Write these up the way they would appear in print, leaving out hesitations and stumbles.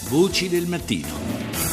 Voci del mattino.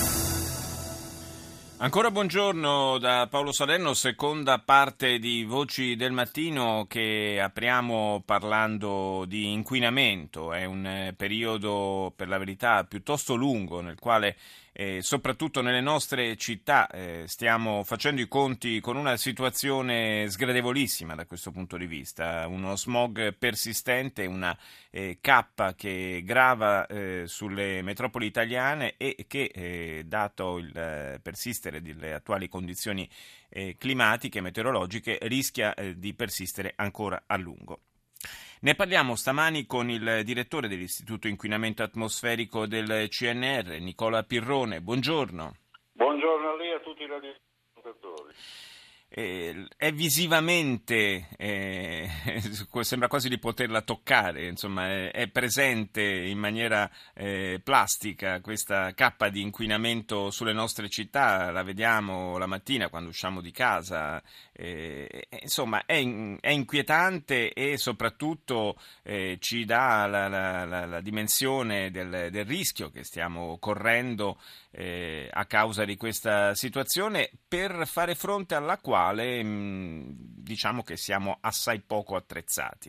Ancora buongiorno da Paolo Salerno, seconda parte di Voci del Mattino che apriamo parlando di inquinamento. È un periodo, per la verità, piuttosto lungo nel quale, soprattutto nelle nostre città, stiamo facendo i conti con una situazione sgradevolissima da questo punto di vista. Uno smog persistente, una cappa che grava sulle metropoli italiane e che, dato il persistere delle attuali condizioni climatiche e meteorologiche, rischia di persistere ancora a lungo. Ne parliamo stamani con il direttore dell'Istituto Inquinamento Atmosferico del CNR, Nicola Pirrone. Buongiorno. Buongiorno a lei e a tutti i radioascoltatori. È visivamente, sembra quasi di poterla toccare, insomma, è presente in maniera plastica questa cappa di inquinamento sulle nostre città, la vediamo la mattina quando usciamo di casa, insomma è inquietante e soprattutto ci dà la dimensione del rischio che stiamo correndo a causa di questa situazione, per fare fronte alla quale diciamo che siamo assai poco attrezzati.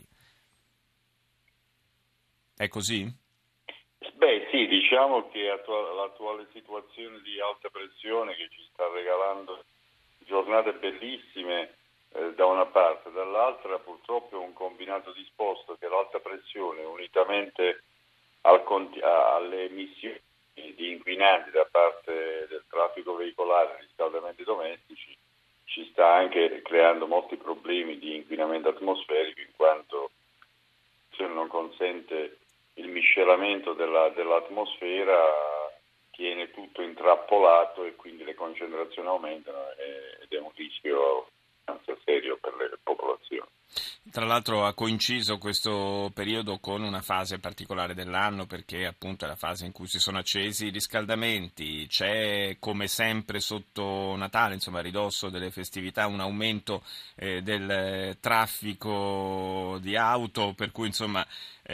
È così? Beh sì, diciamo che l'attuale situazione di alta pressione che ci sta regalando giornate bellissime da una parte, dall'altra purtroppo è un combinato disposto che l'alta pressione unitamente alle emissioni di inquinanti da parte del traffico veicolare e riscaldamenti domestici ci sta anche creando molti problemi di inquinamento atmosferico, in quanto non consente il miscelamento dell'atmosfera, tiene tutto intrappolato e quindi le concentrazioni aumentano ed è un rischio abbastanza serio per le popolazioni. Tra l'altro ha coinciso questo periodo con una fase particolare dell'anno, perché appunto è la fase in cui si sono accesi i riscaldamenti, c'è come sempre sotto Natale, insomma a ridosso delle festività, un aumento del traffico di auto, per cui insomma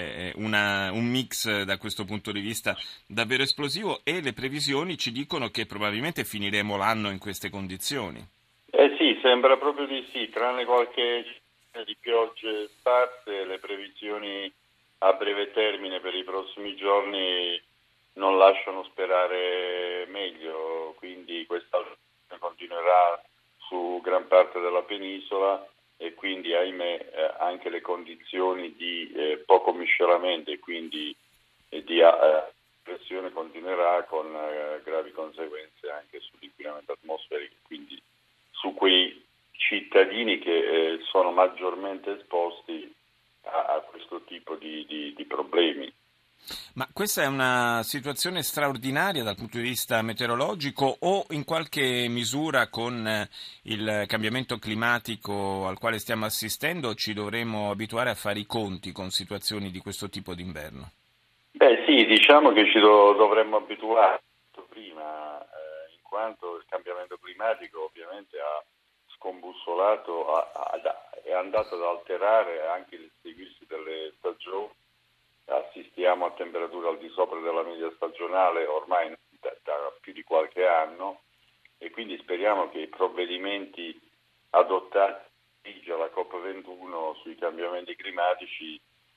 un mix da questo punto di vista davvero esplosivo, e le previsioni ci dicono che probabilmente finiremo l'anno in queste condizioni. Sì, sembra proprio di sì, tranne qualche di piogge sparse, le previsioni a breve termine per i prossimi giorni non lasciano sperare meglio, quindi questa continuerà su gran parte della penisola e quindi ahimè anche le condizioni di poco miscelamento e quindi di pressione continuerà con gravi conseguenze anche sull'inquinamento atmosferico, quindi su quei cittadini che sono maggiormente esposti a questo tipo di problemi. Ma questa è una situazione straordinaria dal punto di vista meteorologico, o in qualche misura con il cambiamento climatico al quale stiamo assistendo ci dovremo abituare a fare i conti con situazioni di questo tipo d'inverno? Beh sì, diciamo che ci dovremmo abituare prima, in quanto il cambiamento climatico ovviamente ha scombussolato, è andato ad alterare anche il seguirsi delle stagioni. Assistiamo a temperature al di sopra della media stagionale ormai da più di qualche anno e quindi speriamo che i provvedimenti adottati alla COP21 sui cambiamenti climatici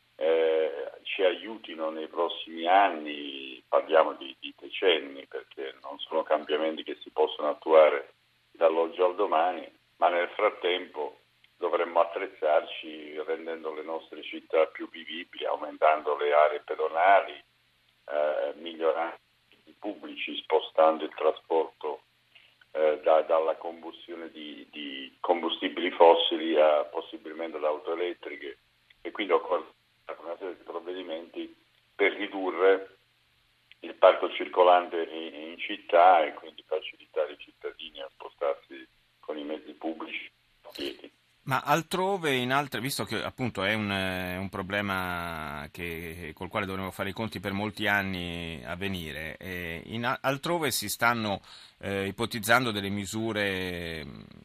ci aiutino nei prossimi anni, parliamo di decenni, perché non sono cambiamenti che si possono attuare dall'oggi al domani, ma nel frattempo dovremmo attrezzarci rendendo le nostre città più vivibili, aumentando le aree pedonali, migliorando i pubblici, spostando il trasporto dalla combustione di combustibili fossili a possibilmente ad auto elettriche, e quindi occorre una serie di provvedimenti per ridurre il parco circolante in città e quindi facilitare i cittadini a spostarsi con i mezzi pubblici a piedi. Ma altrove, visto che appunto è un problema col quale dovremo fare i conti per molti anni a venire, altrove si stanno ipotizzando delle misure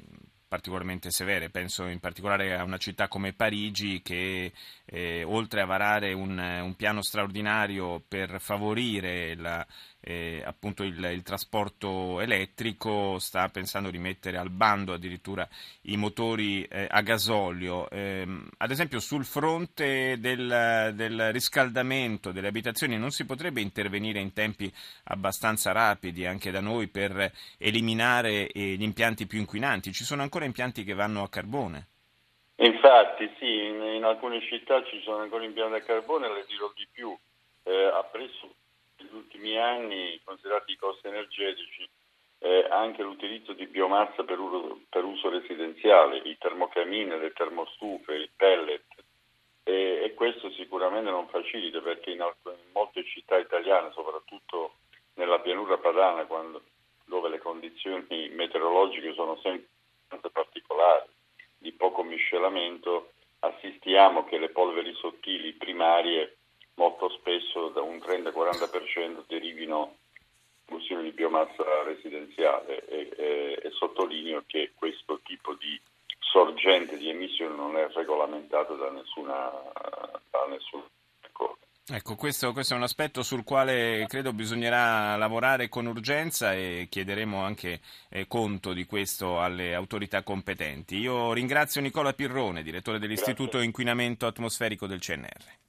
particolarmente severe. Penso in particolare a una città come Parigi che oltre a varare un piano straordinario per favorire appunto il trasporto elettrico, sta pensando di mettere al bando addirittura i motori a gasolio. Ad esempio sul fronte del riscaldamento delle abitazioni non si potrebbe intervenire in tempi abbastanza rapidi anche da noi per eliminare gli impianti più inquinanti? Ci sono ancora impianti che vanno a carbone? Infatti sì, in alcune città ci sono ancora impianti a carbone, le dirò di più, ha preso negli ultimi anni, considerati i costi energetici, anche l'utilizzo di biomassa per uso residenziale, i termocamine, le termostufe, il pellet, e questo sicuramente non facilita perché in molte città italiane, soprattutto nella pianura padana, dove le condizioni meteorologiche sono sempre particolari, di poco miscelamento, assistiamo che le polveri sottili primarie molto spesso da un 30-40% derivino da produzione di biomassa residenziale e sottolineo che questo tipo di sorgente di emissione non è regolamentato da nessuna accordo. Ecco, questo è un aspetto sul quale credo bisognerà lavorare con urgenza e chiederemo anche conto di questo alle autorità competenti. Io ringrazio Nicola Pirrone, direttore dell'Istituto Grazie. Inquinamento Atmosferico del CNR.